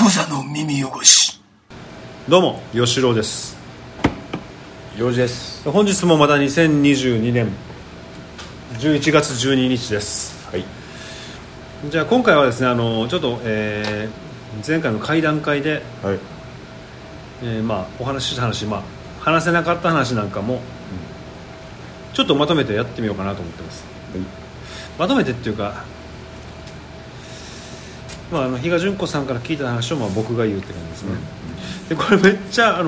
無座の耳汚し。 どうも吉郎です。 陽次です。 本日もまた2022年11月12日です。 はい。 じゃあ今回はですね、ちょっと、前回の会談会で、 はい。 お話しした話、話せなかった話なんかも、ちょっとまとめてやってみようかなと思ってます。 はい。 まとめてっていうか、比嘉純子さんから聞いた話を僕が言うって感じですね。でこれめっちゃ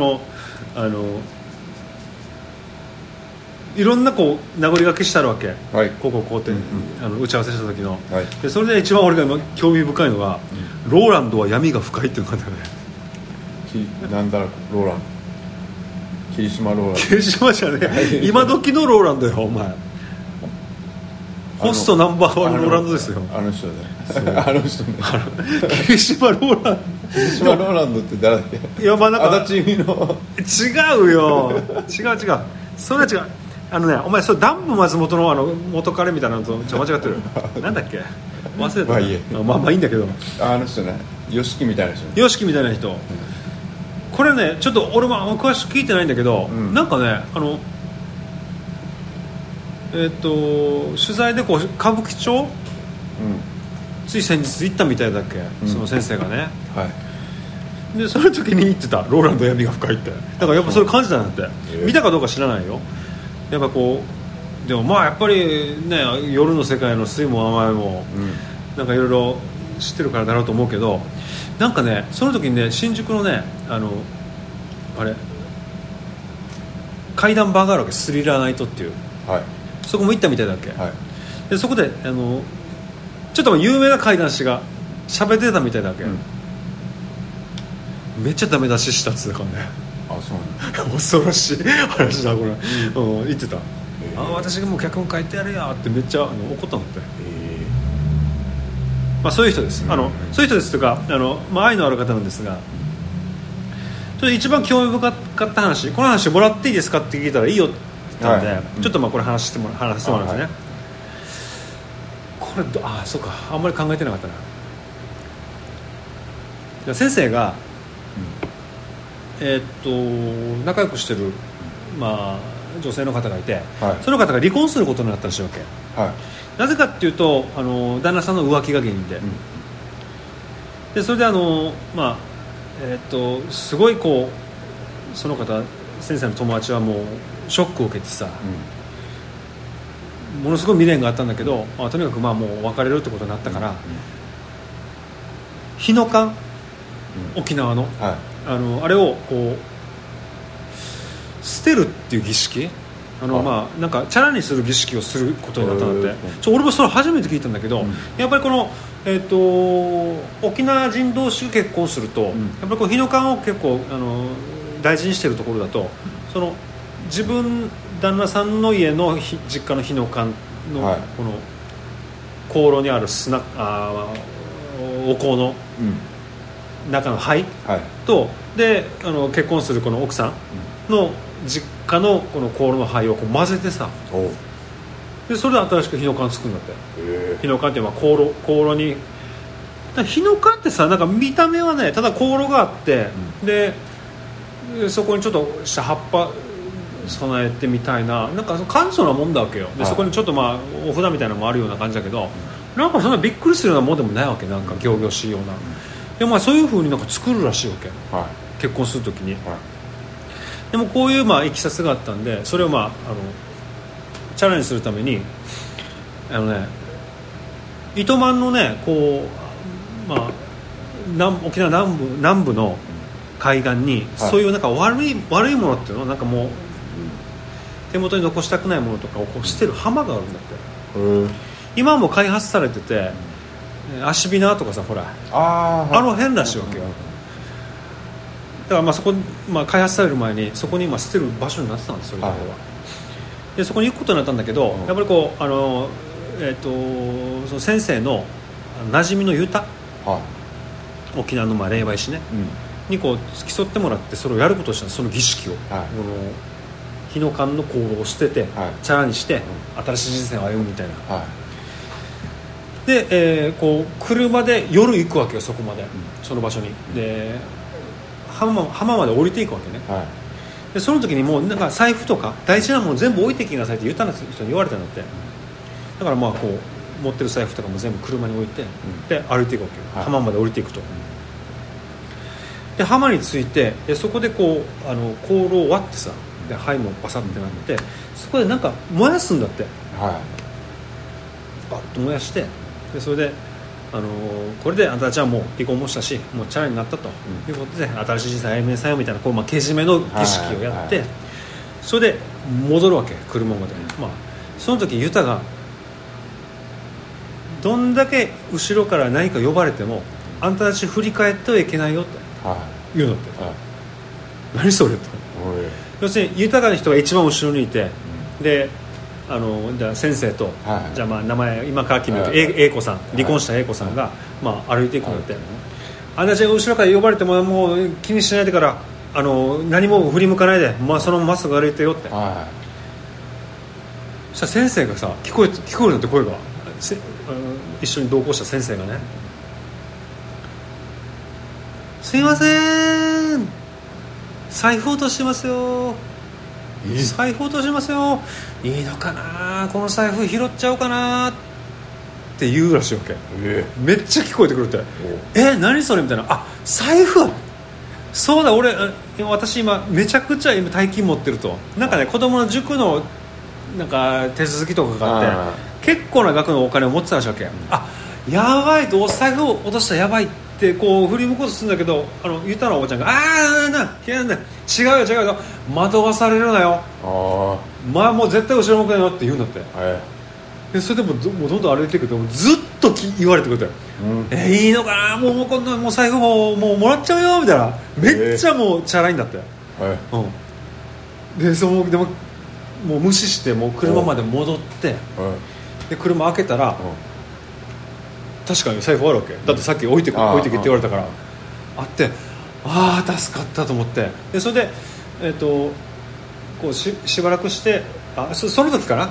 いろんなこう名残書きしてあるわけ、 はい、 こうって、打ち合わせした時の、 はい、 でそれで一番俺が今興味深いのが、ローランドは闇が深いっていうのがあったね。 なんだろう、ローランド、霧島ローランド、 霧島じゃねえ今時のローランドよお前。ホストナンバーワンローランドですよ。 あの人ねあの人ね霧島ローランド霧島ローランドって誰だっけ。 いやなんか足立由美の違うよ違うそれは違う。お前それダンプ松本の元彼みたいなのと間違ってるなんだっけ忘れた。 いいいいんだけど、 あの人ね、吉木みたいな人ね。 吉木みたいな人、これねちょっと俺も詳しく聞いてないんだけど、なんかね取材でこう歌舞伎町、つい先日行ったみたいだっけ、その先生がね、 はい。 でその時に言ってたローランド闇が深いって。だからやっぱそれ感じたんだって。見たかどうか知らないよ。やっぱこうでもやっぱりね、夜の世界の酸いも甘いも、なんかいろいろ知ってるからだろうと思うけど、なんかねその時にね新宿のね怪談バーがあるわけ、スリラーナイトっていう、 はい、 そこも行ったみたいだっけ、 はい、 でそこでちょっと有名な怪談師が喋ってたみたいだっけ、めっちゃダメ出ししたっつうからね。 あ、そうなんだ恐ろしい話だこれ、言ってた、私がもう脚本書いてやるよってめっちゃ怒ったのって、そういう人です、そういう人ですというか愛のある方なんですが、ちょっと一番興味深かった話、この話もらっていいですかって聞いたらいいよって言ったんで、ちょっとこれ話してもらうんですね、これそうか、あんまり考えてなかったな。先生が仲良くしてる、女性の方がいて、その方が離婚することになったらしいわけ、なぜかっていうと旦那さんの浮気が原因で、でそれですごいこうその方、先生の友達はもうショックを受けてさ、ものすごい未練があったんだけど、とにかくもう別れるってことになったから、日の館、沖縄の、あれをこう捨てるっていう儀式、なんかチャラにする儀式をすることになったんだって。俺もそれ初めて聞いたんだけど、やっぱりこの、沖縄人同士が結婚すると、やっぱりこう日の館を結構大事にしてるところだと、その自分旦那さんの家の実家の日の館の、この香炉にあるお香の、中の灰と、で結婚するこの奥さんの実家のこの香炉の灰をこう混ぜてさ、でそれで新しく日の館作るんだって。日の館っていう香炉に、日の館ってさ、なんか見た目はねただ香炉があって、でそこにちょっとした葉っぱ備えてみたいな、なんか簡素なもんだわけよ。でそこにちょっとお札みたいなのもあるような感じだけど、なんかそんなびっくりするようなもんでもないわけ、なんか仰々しいような。でそういう風になんか作るらしいわけ、結婚するときに、でもこういういきさつがあったんで、それをチャラにするために糸満のねこう、沖縄南部の海岸に、そういうなんか悪いものっていうの、なんかもう手元に残したくないものとかをこう捨てる浜があるんだって。今はもう開発されてて、アシビナとかさ、ほらの辺らしいわけよ。だからそこ、開発される前にそこに捨てる場所になってたんですよ、でそこに行くことになったんだけど、やっぱりこうその先生の馴染みのユタ、沖縄の霊媒師ね、にこう付き添ってもらって、それをやることをしたその儀式を、この日の館の香炉を捨てて、チャラにして、新しい人生を歩むみたいな、 で、こう車で夜行くわけよ、そこまで、その場所に。で浜まで降りていくわけね、 はい、 でその時にもうなんか財布とか大事なもの全部置いてきなさいって言った人に言われたんだって。だからまあこう持ってる財布とかも全部車に置いて、で歩いていくわけよ、 はい、 浜まで降りていくと。で浜に着いて、でそこでこう香炉を割ってさ、で灰もバサッてなって、そこでなんか燃やすんだって、 はい、 バッと燃やして、でそれで、これであんたたちはもう離婚もしたしもうチャラになったということで、新しい人生歩みなさいよみたいなこう、けじめの儀式をやって、はいはいはい、それで戻るわけ、車まで、その時ユタがどんだけ後ろから何か呼ばれてもあんたたち振り返ってはいけないよって言うのって、はい、何それって。要するに豊かな人が一番後ろにいて、でじゃあ先生と、はい、じゃあまあ名前今から決めると、英子さん、離婚した英子さんが、まあ、歩いていくのって、あんたたちが後ろから呼ばれてももう気にしないでから何も振り向かないで、そのまままっすぐ歩いてよって、はい、そしたら先生がさ聞こえるのって声が一緒に同行した先生がね、すいません財布落としますよ、財布落としますよ、いいのかなこの財布拾っちゃおうかなって言うらしいわけ、めっちゃ聞こえてくるって、何それみたいな、財布そうだ私今めちゃくちゃ大金持ってると、なんかね子供の塾のなんか手続きとかがあって結構な額のお金を持ってたらしいわけ、やばいと、お財布を落としたらやばいってこう振り向こうとするんだけど、言ったのおばちゃんが違うよ惑わされるなよ、もう絶対後ろ向くなよって言うんだって、でそれでもうどんどん歩いていくとずっと言われてくれて、いいのかなもう今度もう財布ももらっちゃうよみたいな、めっちゃもうチャラいんだって、ででももう無視してもう車まで戻って、で車開けたら、確かに財布あるわけだって、さっき置いてけって言われたから、あって、助かったと思って、でそれでこうしばらくしてその時かな、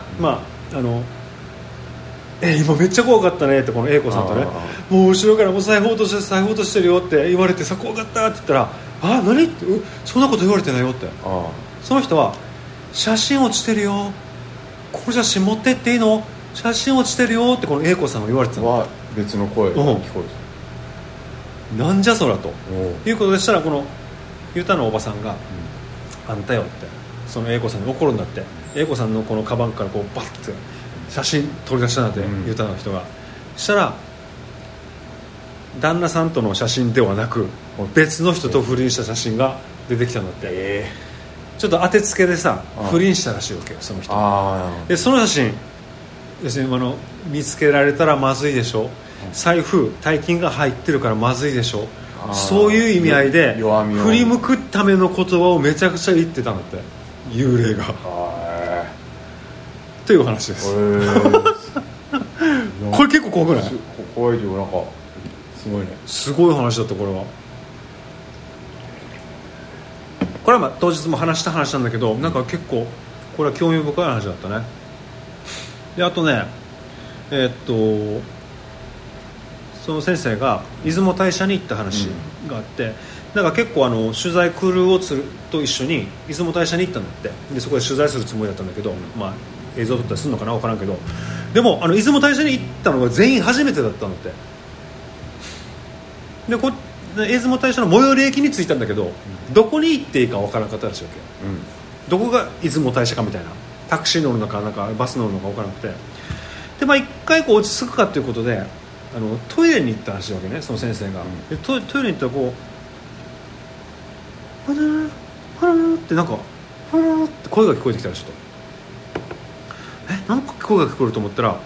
今めっちゃ怖かったねって、この A 子さんとね、もう後ろからもう財布落としてるよって言われてさ、怖かったって言ったら、何ってそんなこと言われてないよって、その人は写真落ちてるよ、この写真持ってっていいの、写真落ちてるよってこの A 子さんが言われてたの。 別の声が聞こえる、なんじゃそらということでしたら、このユタのおばさんが、あんたよってその A 子さんに怒るんだって、 A 子さんのこのカバンからこうバッて写真取り出したんだって、ユタの人が。そしたら旦那さんとの写真ではなく別の人と不倫した写真が出てきたんだって、ちょっと当てつけでさ不倫したらしいわけよ、その人で。その写真要するに見つけられたらまずいでしょ、財布大金が入ってるからまずいでしょ、そういう意味合いで振り向くための言葉をめちゃくちゃ言ってたんだって、幽霊がという話です。これ結構怖くない？ 怖いけどなんかすごいね、 すごい話だった。これは当日も話した話なんだけど、なんか結構これは興味深い話だったね。であとねその先生が出雲大社に行った話があって、なんか結構取材クルーと一緒に出雲大社に行ったんだって。でそこで取材するつもりだったんだけど、映像撮ったりするのかな分からんけど、でも出雲大社に行ったのが全員初めてだったんだって。で出雲大社の最寄り駅に着いたんだけど、どこに行っていいか分からなかったらしいわけ、どこが出雲大社かみたいな、タクシー乗るのかなんかバス乗るのか分からなくて、で一回こう落ち着くかということでトイレに行ったらしいわけね、その先生が。でトイレに行ったらこうハラーってなんかハラーって声が聞こえてきたらしいと。なんか声が聞こえると思ったら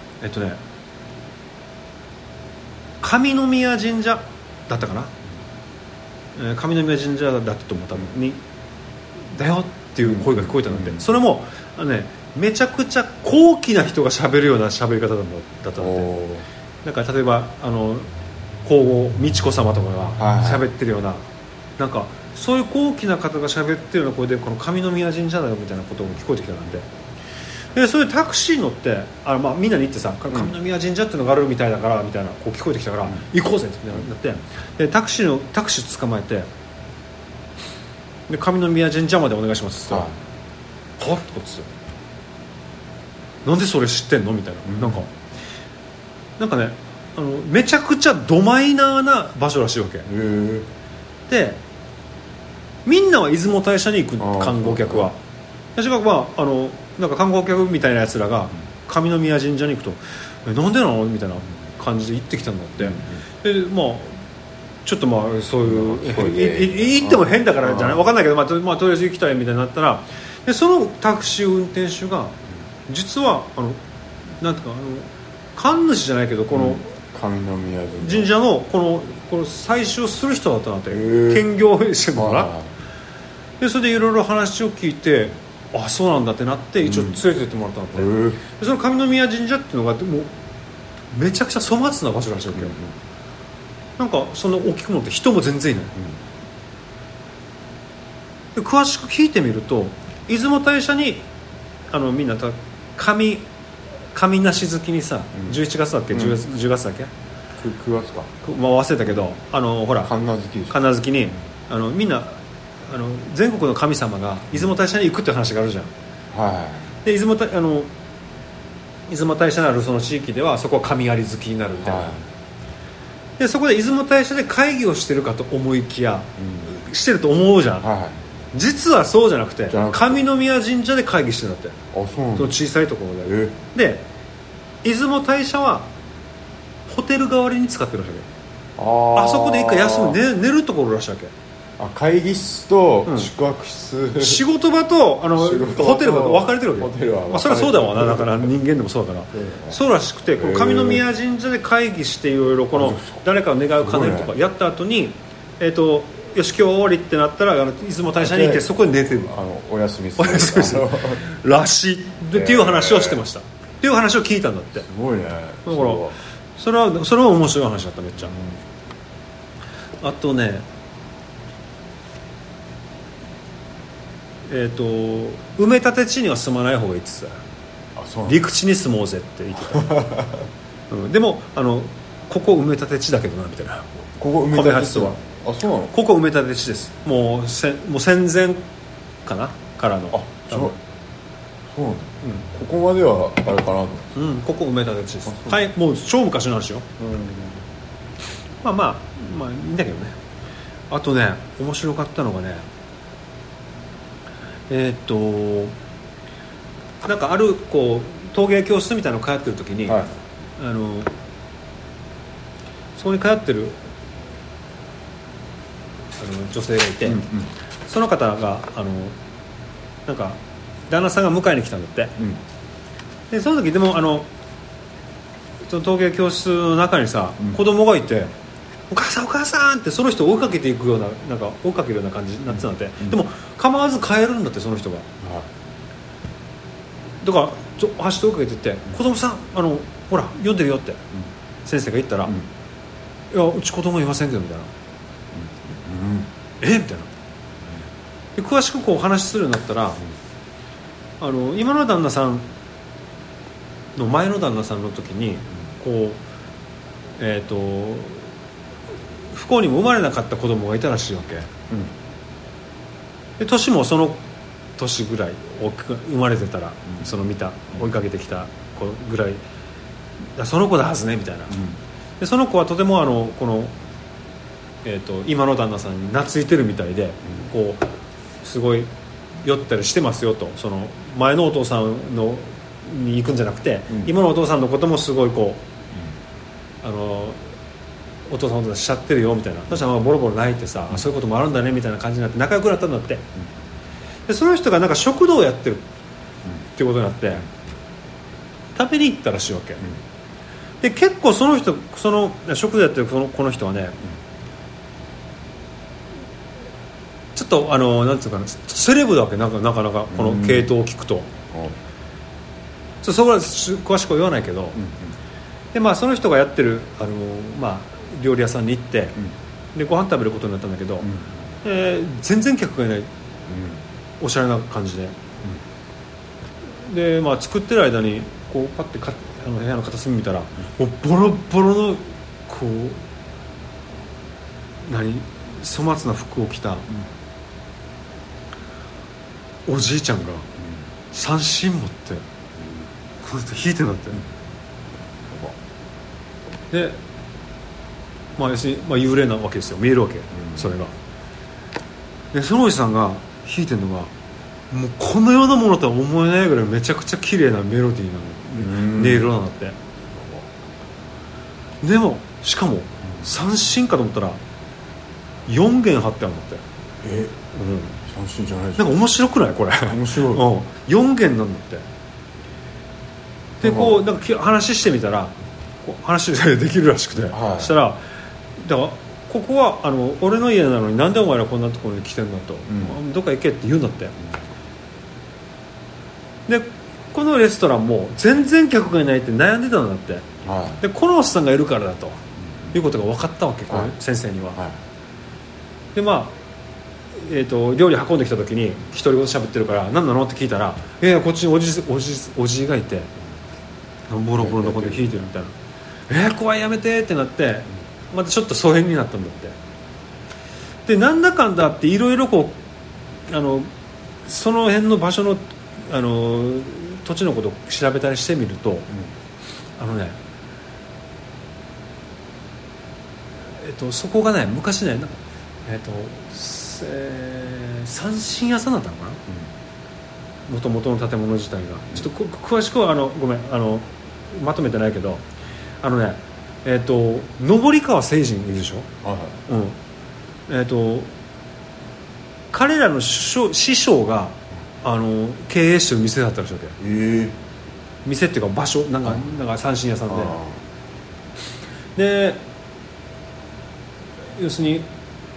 上宮神社だったかな、上宮神社だったと思う、多分にだよっていう声が聞こえたので、それもめちゃくちゃ高貴な人が喋るような喋り方だったので、なんか例えば皇后美智子様とかが喋ってるような、なんかそういう高貴な方が喋ってるような声で、この上宮神社だよみたいなことも聞こえてきたので、 でそれでタクシー乗ってまあ、みんなに行ってさ上宮神社っていうのがあるみたいだからみたいなこう聞こえてきたから、行こうぜってなってでタクシー捕まえてで上宮神社までお願いしますって言ったらはっってことですよ。なんでそれ知ってんのみたいな、なんかねめちゃくちゃドマイナーな場所らしいわけで、みんなは出雲大社に行く観光客は私がなんか観光客みたいなやつらが上宮神社に行くとなんでなのみたいな感じで行ってきたんだって、でまあちょっとまあそういう行っても変だからじゃない分かんないけど、とりあえず行きたいみたいになったらでそのタクシー運転手が実はなんていうか神主じゃないけどこの上宮神社のこの採集する人だったなって兼業してるのかな。でそれでいろいろ話を聞いてそうなんだってなって一応連れてってもらったんだって、でその上宮神社っていうのがもうめちゃくちゃ粗末な場所らしいわけよ、なんかそんな大きくもって人も全然いない、で詳しく聞いてみると出雲大社にみんな神無し好きにさ、11月だっけ、10月だっけ 9月か、 忘れたけどほら神奈月好きにみんな全国の神様が出雲大社に行くって話があるじゃん、で出雲大社のあるその地域ではそこは神有月になるみたいな、でそこで出雲大社で会議をしてるかと思いきや、してると思うじゃん、実はそうじゃなくて上宮神社で会議してるんだって。 そうなんだ。 その小さいところで、で出雲大社はホテル代わりに使ってるらしいわけ。あそこで一回休む、寝るところらしいわけ。 会議室と宿泊室、 仕事場とホテルが分かれてるわけ。 ホテルはそれはそうだわな、だから人間でもそうだから、そうらしくてこの上宮神社で会議していろいろこの誰かの願いを叶えるとかやった後によし今日終わりってなったら出雲大社に行ってそこで寝てるお休みするらしいっていう話をしてましたっていう話を聞いたんだって。すごいね。だからそれは面白い話だっためっちゃ、あとね埋め立て地には住まない方がいいって言ってた。陸地に住もうぜって言ってた、でもここ埋め立て地だけどなみたいな。 ここ埋め立て地はそうなの。 ここ埋め立て地です。もう戦前かなからの。 そうなんだ、ここまではあれかなと、 ここ埋め立て地です。はい、もう超昔の話よ、まあいいんだけどね。あとね面白かったのがねなんかある陶芸教室みたいなの通ってる時に、そこに通ってる女性がいて、その方がなんか旦那さんが迎えに来たんだって、でその時でもその陶芸教室の中にさ、子供がいてお母さんお母さんってその人を追いかけていくような、なんか追いかけるような感じになってたんだって、でも構わず帰るんだってその人が、だから走って追いかけていって子供さんほら読んでるよって、先生が言ったら、いやうち子供いませんけどみたいな、みたいな。で詳しくお話しするようになったら、今の旦那さんの前の旦那さんの時に不幸にも生まれなかった子供がいたらしいわけ、で年もその年ぐらい大きく生まれてたら、その追いかけてきた子ぐらいその子だはずねみたいな、でその子はとてもこの、今の旦那さんに懐いてるみたいで、すごい酔ったりしてますよと、その前のお父さんに行くんじゃなくて、今のお父さんのこともすごいお父さんお父さんしちゃってるよみたいな、そしたらボロボロ泣いてさ、そういうこともあるんだねみたいな感じになって仲良くなったんだって、でその人がなんか食堂をやってるっていうことになって食べに行ったらしいわけ、で結構その食堂やってるこの人はね、ちょっとなんていうかな、セレブだわけ、なかなかこの系統を聞くと、そこは詳しくは言わないけど、でその人がやってる料理屋さんに行って、でご飯食べることになったんだけど、全然客がいない、おしゃれな感じで、 で、まあ、作ってる間にこうパッて部屋の片隅見たら、もうボロボロのこう粗末な服を着た、おじいちゃんが三振持ってこうやって弾いてんだって、で、まあ要するに、まあ、幽霊なわけですよ、見えるわけ、それが。でそのおじさんが弾いてるのがもうこのようなものとは思えないぐらいめちゃくちゃ綺麗なメロディーなの、音色なんだって。でもしかも三振かと思ったら4弦張ってあるんだって。 三振じゃないじゃん。なんか面白くないこれ。 面白い、 4弦なんだって。でこうなんか話してみたらこう話できるらしくて、そしたらだからここは俺の家なのになんでお前らこんなところに来てんだと、どっか行けって言うんだって。でこのレストランも全然客がいないって悩んでたんだって、でこのおっさんがいるからだと、いうことが分かったわけ、この先生には。でまあ料理運んできた時に一人ごと喋ってるから何なのって聞いたら、いやこっちにおじがいてボロボロのとこで弾いてるみたいな。怖いやめてってなって、またちょっと疎遠になったんだって。でなんだかんだっていろいろこうその辺の場所の土地のことを調べたりしてみると、そこがね昔ね三振屋さんだったのかな、もともとの建物自体が。ちょっと詳しくはごめんまとめてないけど、登川誠人いるでしょ、彼らの師匠が経営してる店だったらしいわけ。店っていうか場所なんか三振屋さんで、要するに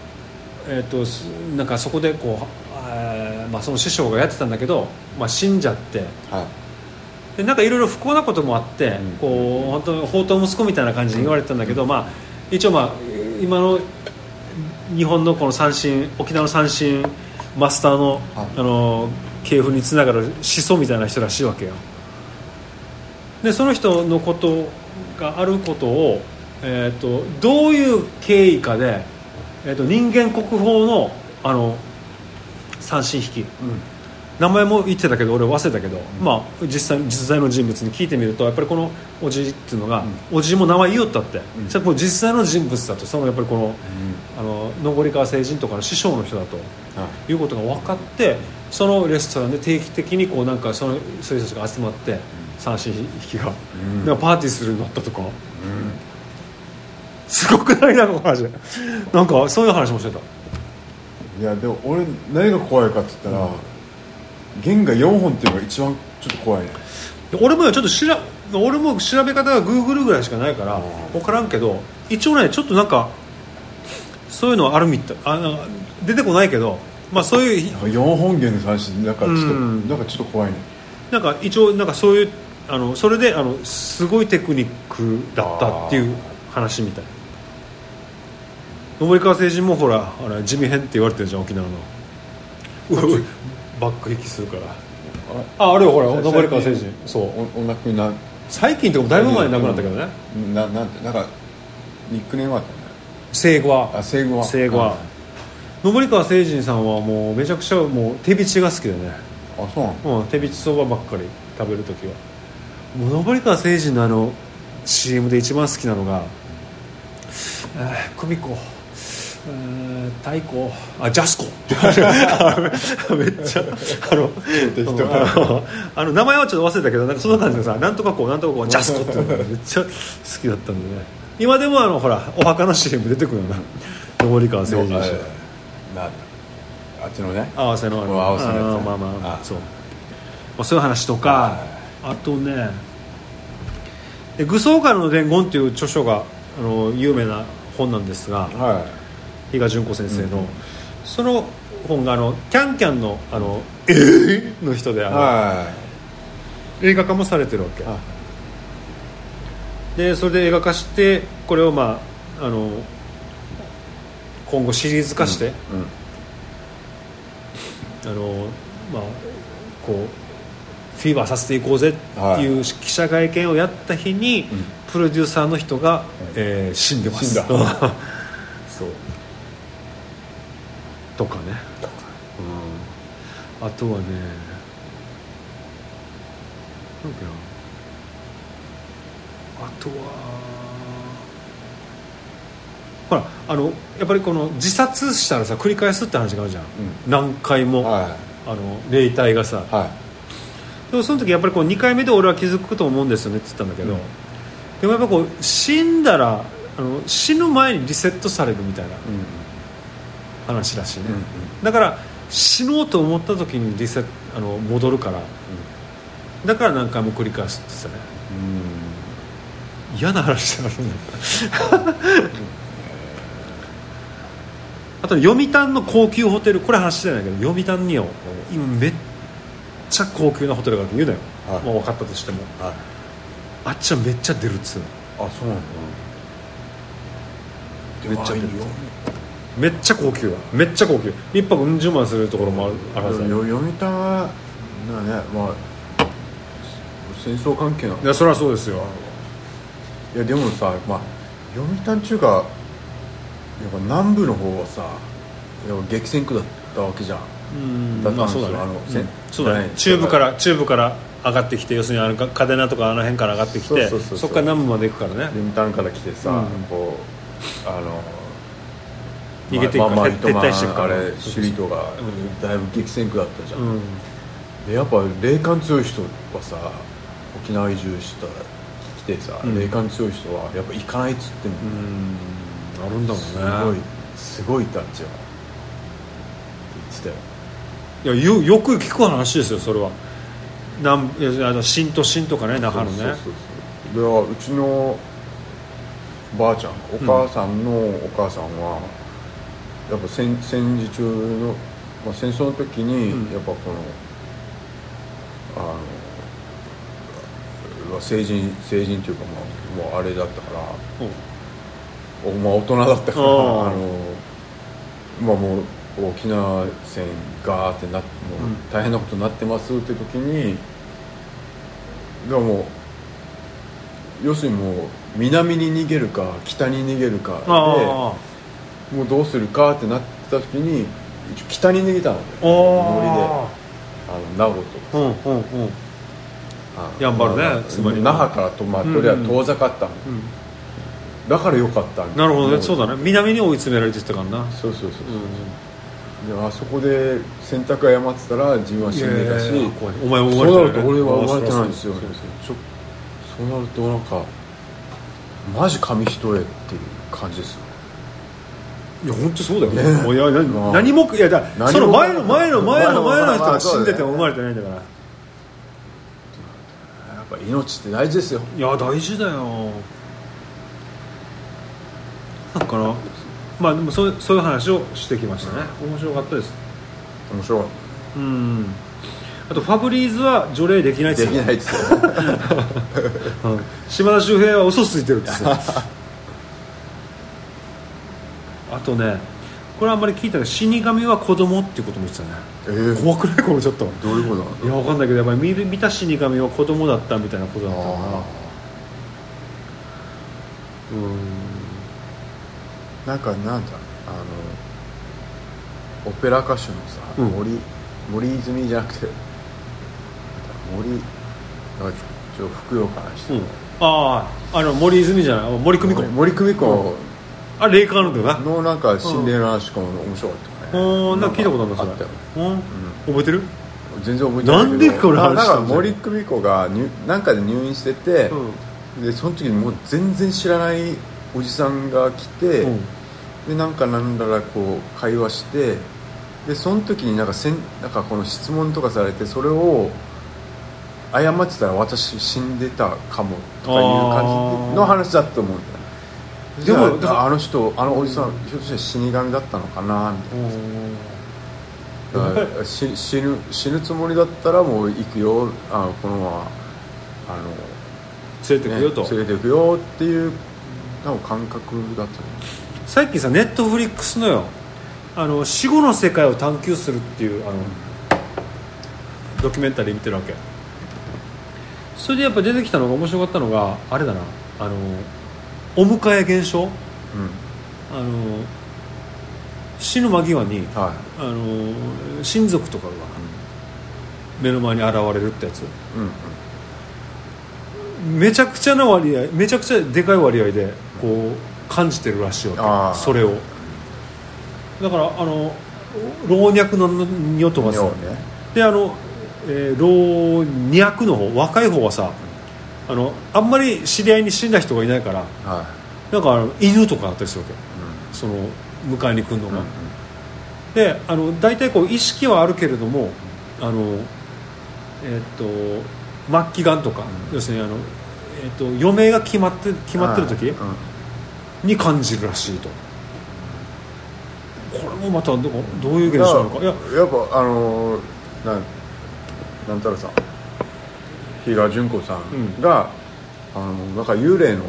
なんかそこでこう、まあ、その師匠がやってたんだけど、まあ、死んじゃって、でなんかいろいろ不幸なこともあって、こう本当に放蕩息子みたいな感じに言われてたんだけど、まあ、一応、まあ、今の日本のこの三振沖縄の三振マスターの、系譜につながる始祖みたいな人らしいわけよ。でその人のことがあることを、どういう経緯かで、人間国宝の三振引き、名前も言ってたけど俺忘れたけど、まあ、実在の人物に聞いてみるとやっぱりこのおじっていうのが、おじも名前言おったって、じゃあ実際の人物だと、そのやっぱりこの、登川成人とかの師匠の人だと、いうことが分かって、そのレストランで定期的にこうなんかそういう人たちが集まって三振引きが、なんかパーティーするようになったとか、すごくないなんか話なんかそういう話もしてた。 いやでも俺何が怖いかって言ったら、弦が4本っていうのが一番ちょっと怖いね。 俺もちょっと俺も調べ方が Google ぐらいしかないから分からんけど、一応ねちょっとなんかそういうのはあるみたい、なんか出てこないけど、まあそういう 4本弦の三振なんかちょっと怖いね。 なんか一応なんかそういうそれですごいテクニックだったっていう話みたい。登川成人もほら地味編って言われてるじゃん沖縄の。バック引きするから。あれよほら登川成人、そうお亡くなり最近ってだいぶ前に亡くなったけどね。 なんかニックネームあったね。 生後は登川成人さんはもうめちゃくちゃもう手びちが好きでね。 あ、そうなの。 手びちそばばっかり食べるときは。もう登川成人のCM で一番好きなのが久美子太鼓ジャスコってめっちゃ名前はちょっと忘れたけどなんかそんな感じでさ、なんとかこうなんとかこうジャスコっていうのがめっちゃ好きだったんでね。今でもほらお墓の CM 出てくるよな登川成人氏あっちのね合わせの合わせのやつ、 まあそう、そういう話とか、あとね愚僧からの伝言っていう著書が有名な本なんですが、比嘉純子先生の、その本がキャンキャンのの人で映画化もされてるわけで、それで映画化してこれをまあ今後シリーズ化して、まあこうフィーバーさせていこうぜっていう記者会見をやった日に、プロデューサーの人が、死んでます。死んだそうとかね、あとはね、なんかあとはほらやっぱりこの自殺したらさ繰り返すって話があるじゃん、何回も、霊体がさ、でもその時やっぱりこう2回目で俺は気づくと思うんですよねって言ったんだけど、でもやっぱこう死んだら死ぬ前にリセットされるみたいな話らしいね、だから死のうと思った時に戻るから、だから何回も繰り返すって言ってたね。嫌な話だなあと読谷の高級ホテル、これ話してないけど読谷によ今めっちゃ高級なホテルがあるって言うなよ、まあ、分かったとしても、あっちはめっちゃ出るっつうの。 あ、そうなんだ。 めっちゃ出る、めっちゃ高級だ、めっちゃ高級、一泊うん十万するところもあるはずだ。 読谷はね、まあ戦争関係なの。 いやそれはそうですよ。 いやでもさ、まあ読谷中華やっぱ南部の方はさ、やっぱ激戦区だったわけじゃん。だったんですよ、 そうだね、中部から上がってきて、要するに嘉手納とかあの辺から上がってきて、そこから南部まで行くからね。 読谷から来てさ、こう逃げていくから、撤退していくから、 首里がだいぶ激戦区だったじゃん、でやっぱ霊感強い人はさ、沖縄移住した来てさ、霊感強い人はやっぱ行かないっつっても、 あるんだもんね。 すごいたっちは言ってたよ。いや よく聞く話ですよそれは。新都心とかね、中野ね。 ではうちのばあちゃん、お母さんのお母さんはやっぱ戦時中の、まあ、戦争の時にやっぱこの成人というか、もうあれだったから、まあ、大人だったから、まあ、もう沖縄戦ガーってもう大変なことになってますって時に、でも要するにもう南に逃げるか北に逃げるかで、もうどうするかってなった時に北に逃げたので、森で名護とか、 やんばるね、 つまり那覇からとりあえず遠ざかったの、だからよかったんだ。なるほどね、そうだね、南に追い詰められてたからな。 そう、であそこで選択誤ってたら自分は死んでたし、 お前も生まれてない、ね、 そうなると俺は生まれてないんですよ。そうなるとなんかマジ紙一重っていう感じですよ。 いや本当そうだよね。いや何も、いやだその前の人が死んでても生まれてないんだから。やっぱ命って大事ですよ。 いや大事だよ。だからまあでもそういう話をしてきましたね。面白かったです。 面白かった。 あとファブリーズは除霊できないですよ。 できないですよ。 島田秀平は嘘ついてるんですよ。あとね、これあんまり聞いたけど死神は子供っていうことも言ってたね。怖くないこれちょっと。 どういうことなの？ いやわかんないけどやっぱり見た死神は子供だったみたいなことだったかな。 なんだオペラ歌手のさ、森泉じゃなくてちょっとふくよかな人、 森泉じゃない、森久美子。 森久美子、 霊感あるんだよな。 のなんか心霊の話とかも面白かったね。 なんか聞いたことあるんだそれ。 あったよ。 覚えてる？ 全然覚えてないけど。 なんでこれ話したの？ 森久美子がなんかで入院してて、でその時にもう全然知らないおじさんが来て、でなんだらこう会話して、でその時になんかこの質問とかされて、それを謝ってたら私死んでたかもとかいう感じの話だと思うんだよ。でもあの人おじさんひょっとして死神だったのかなみたいな。だから死ぬつもりだったらもう行くよ、このまま連れてくよと、 連れてくよっていう多分感覚だった。 さっきさネットフリックスのよ死後の世界を探求するっていうドキュメンタリー見てるわけ。 それでやっぱ出てきたのが面白かったのがあれだな、お迎え現象、死ぬ間際に、親族とかが目の前に現れるってやつ、めちゃくちゃな割合、めちゃくちゃでかい割合でこう感じてるらしいわけ、それを。だから老若の女とかさ、で老若の方、若い方はさ、あんまり知り合いに死んだ人がいないから、なんか犬とかあったりするわけ、その迎えに来るのが、で大体こう意識はあるけれども、末期がんとか、要するに余命が決まってる時に感じるらしいと。これもまたどういう現象なのか。いややっぱなんたらさん、比嘉純子さんが、なんか幽霊の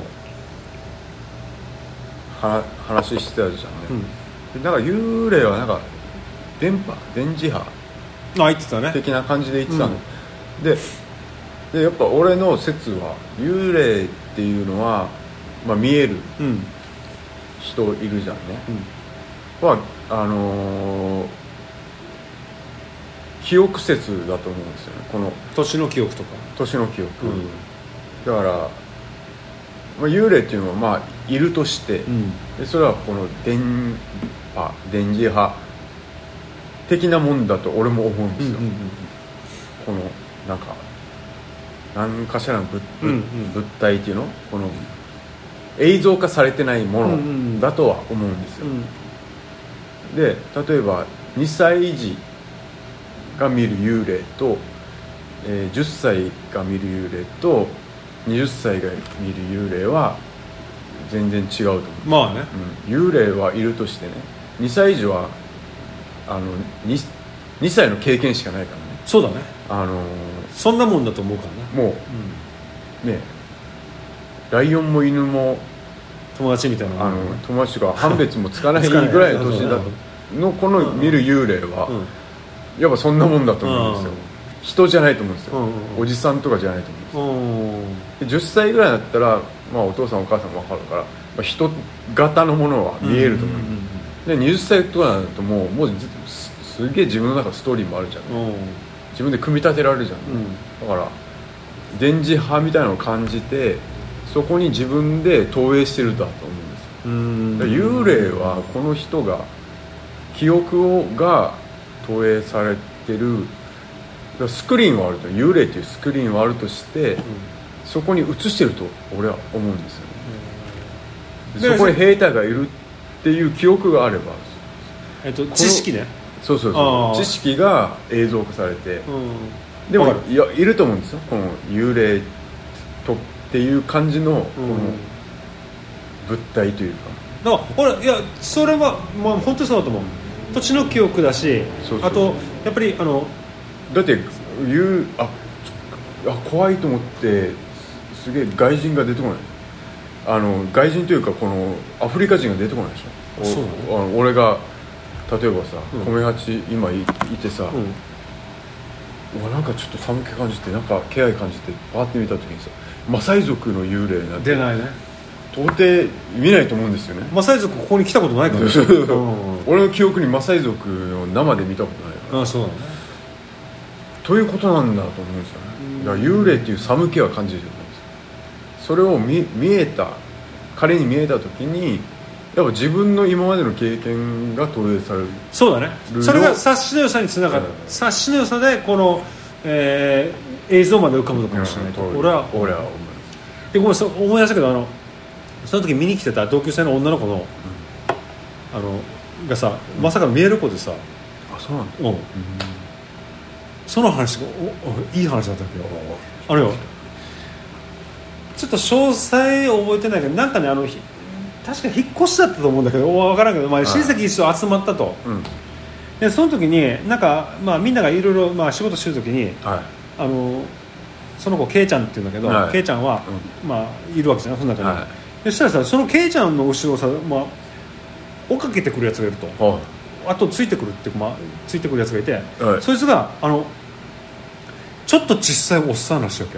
話してたじゃんね、なんか幽霊はなんか電磁波言ってたね的な感じで言ってたの、でやっぱ俺の説は幽霊っていうのは、見える人いるじゃんね、は記憶説だと思うんですよね。この年の記憶とか、 年の記憶、だから、幽霊っていうのはいるとして、でそれはこの電磁波的なもんだと俺も思うんですよ、このなんか何かしらの物体っていうの、この映像化されてないものだとは思うんですよ、で例えば2歳児が見る幽霊と、10歳が見る幽霊と20歳が見る幽霊は全然違うと思う。幽霊はいるとしてね、2歳児は2歳の経験しかないからね。 そうだね、そんなもんだと思うからね。もう、ね、ライオンも犬も友達みたいな、 友達とか判別もつかないぐらいの年だのこの見る幽霊は、やっぱそんなもんだと思うんですよ、人じゃないと思うんですよ、おじさんとかじゃないと思うんですよ。で10歳ぐらいだったら、お父さんお母さんも分かるから、人型のものは見えると思う、で20歳とかになるともうすげえ自分の中のストーリーもあるじゃん、自分で組み立てられるじゃん、だから電磁波みたいなのを感じて、そこに自分で投影してるんだと思うんですよ。幽霊はこの人が記憶が投影されてるスクリーンはあると、幽霊っていうスクリーンはあるとして、そこに映してると俺は思うんですよね。そこに兵隊がいるっていう記憶があれば、 知識ね、 そう知識が映像化されて、でもいると思うんですよ、この幽霊とっていう感じのこの物体というか。 だから俺、いやそれは本当にそうだと思う。土地の記憶だし、あとやっぱりだって怖いと思ってすげえ外人が出てこない。外人というかこのアフリカ人が出てこないでしょ。そうなの？俺が例えばさ、米八今いてさ、なんかちょっと寒気感じて、なんか気配感じてパーって見た時にさ、マサイ族の幽霊なんて出ないね、 到底見ないと思うんですよね。 マサイ族ここに来たことないからね俺の記憶にマサイ族を生で見たことないから。 そうだね。 ということなんだと思うんですよね。だから幽霊っていう寒気は感じると思うんですよ。それを彼に見えた時に、やっぱ自分の今までの経験が投影される。 そうだね、それが察しの良さにつながる、察しの良さでこの、映像まで浮かぶのかもしれないと、俺は思う。でごめん、思い出したけど、その時見に来てた同級生の女の子の、がさ、まさかの見える子でさ、 そうなんだ、 その話がいい話だったけど、よちょっと詳細覚えてないけど、なんかね、確か引っ越しだったと思うんだけど、分からんけど、親戚一緒集まったと、でその時になんか、みんながいろいろ仕事してる時に、その子ケイちゃんっていうんだけど、ケイちゃんは、いるわけじゃない、その中に、そしたらさ、そのケイちゃんの後ろをさ、追っかけてくるやつがいると、あとついてくるっていう、ついてくるやつがいて、そいつが直ちょっと小さいおっさんらしいわけ。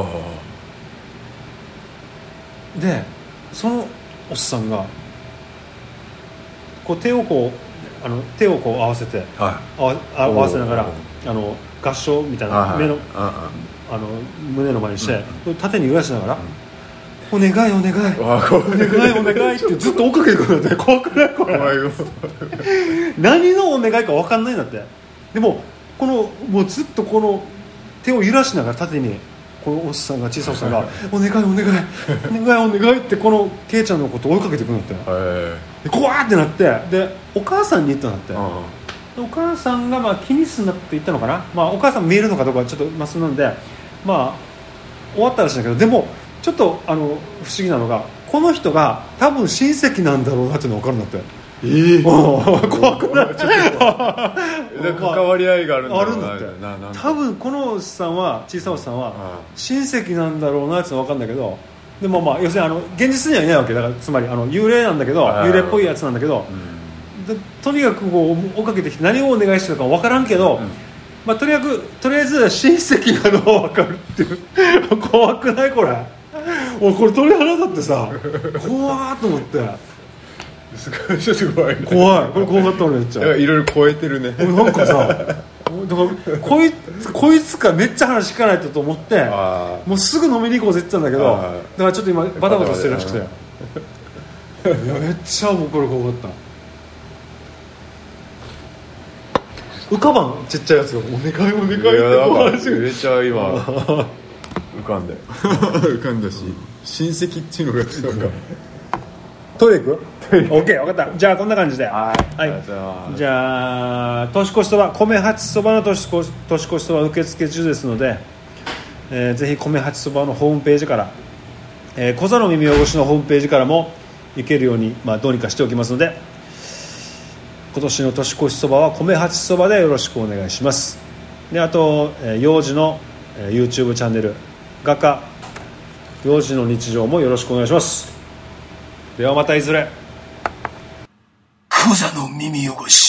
でそのおっさんがこう手をこう合わせて、合わせながら合掌みたいな目の胸の前にして、縦に揺らしながら、お願いお願いお願いお願いってずっと追っかけてくるんだって。怖くないこれ。何のお願いか分かんないんだって。でももうずっとこの手を揺らしながら縦にこのおっさんが小さいおっさんがお願いお願いお願いお願いってこのケイちゃんのことを追いかけてくるんだって。で怖ーってなって、でお母さんに言ったんだって。お母さんが気にすんなって言ったのかな。お母さん見えるのかどうかちょっとマスなんで終わったらしいんだけど、でもちょっと不思議なのがこの人が多分親戚なんだろうなっていうのが分かるんだって。怖くない？ 関わり合いがあるんだろうな。 あるんだって。多分このおっさんは小さいおっさんは親戚なんだろうなっていうのが分かるんだけど、でも要するに現実にはいないわけだから、つまり幽霊なんだけど、幽霊っぽいやつなんだけど、とにかくこう追っかけてきて何をお願いしてるか分からんけど、とりあえず親戚なのは分かるっていう怖くないこれ。これ鳥肌立ってさ怖ーと思って。 すごい怖い、ね、 怖い。これ怖かった俺めっちゃ。 いろいろ超えてるね。 なんかさだからこいつからめっちゃ話聞かないと思って、もうすぐ飲みに行こうぜって言ったんだけど、だからちょっと今バタバタしてるらしくて、いやめっちゃもうこれ怖かった。浮かばんちっちゃいやつがお願いお願いって怖いし、 めっちゃ今浮かんで浮かんだし、親戚っていうのがなんかトイレ行く？オッケー分かった。じゃあこんな感じで、はい、じゃあ年越しそば、米八そばの年越しそば受付中ですので、ぜひ米八そばのホームページから、小座の耳汚しのホームページからも行けるように、どうにかしておきますので、今年の年越しそばは米八そばでよろしくお願いします。であと、幼児の、YouTube チャンネル画家幼児の日常もよろしくお願いします。ではまたいずれ。 小座の耳汚し。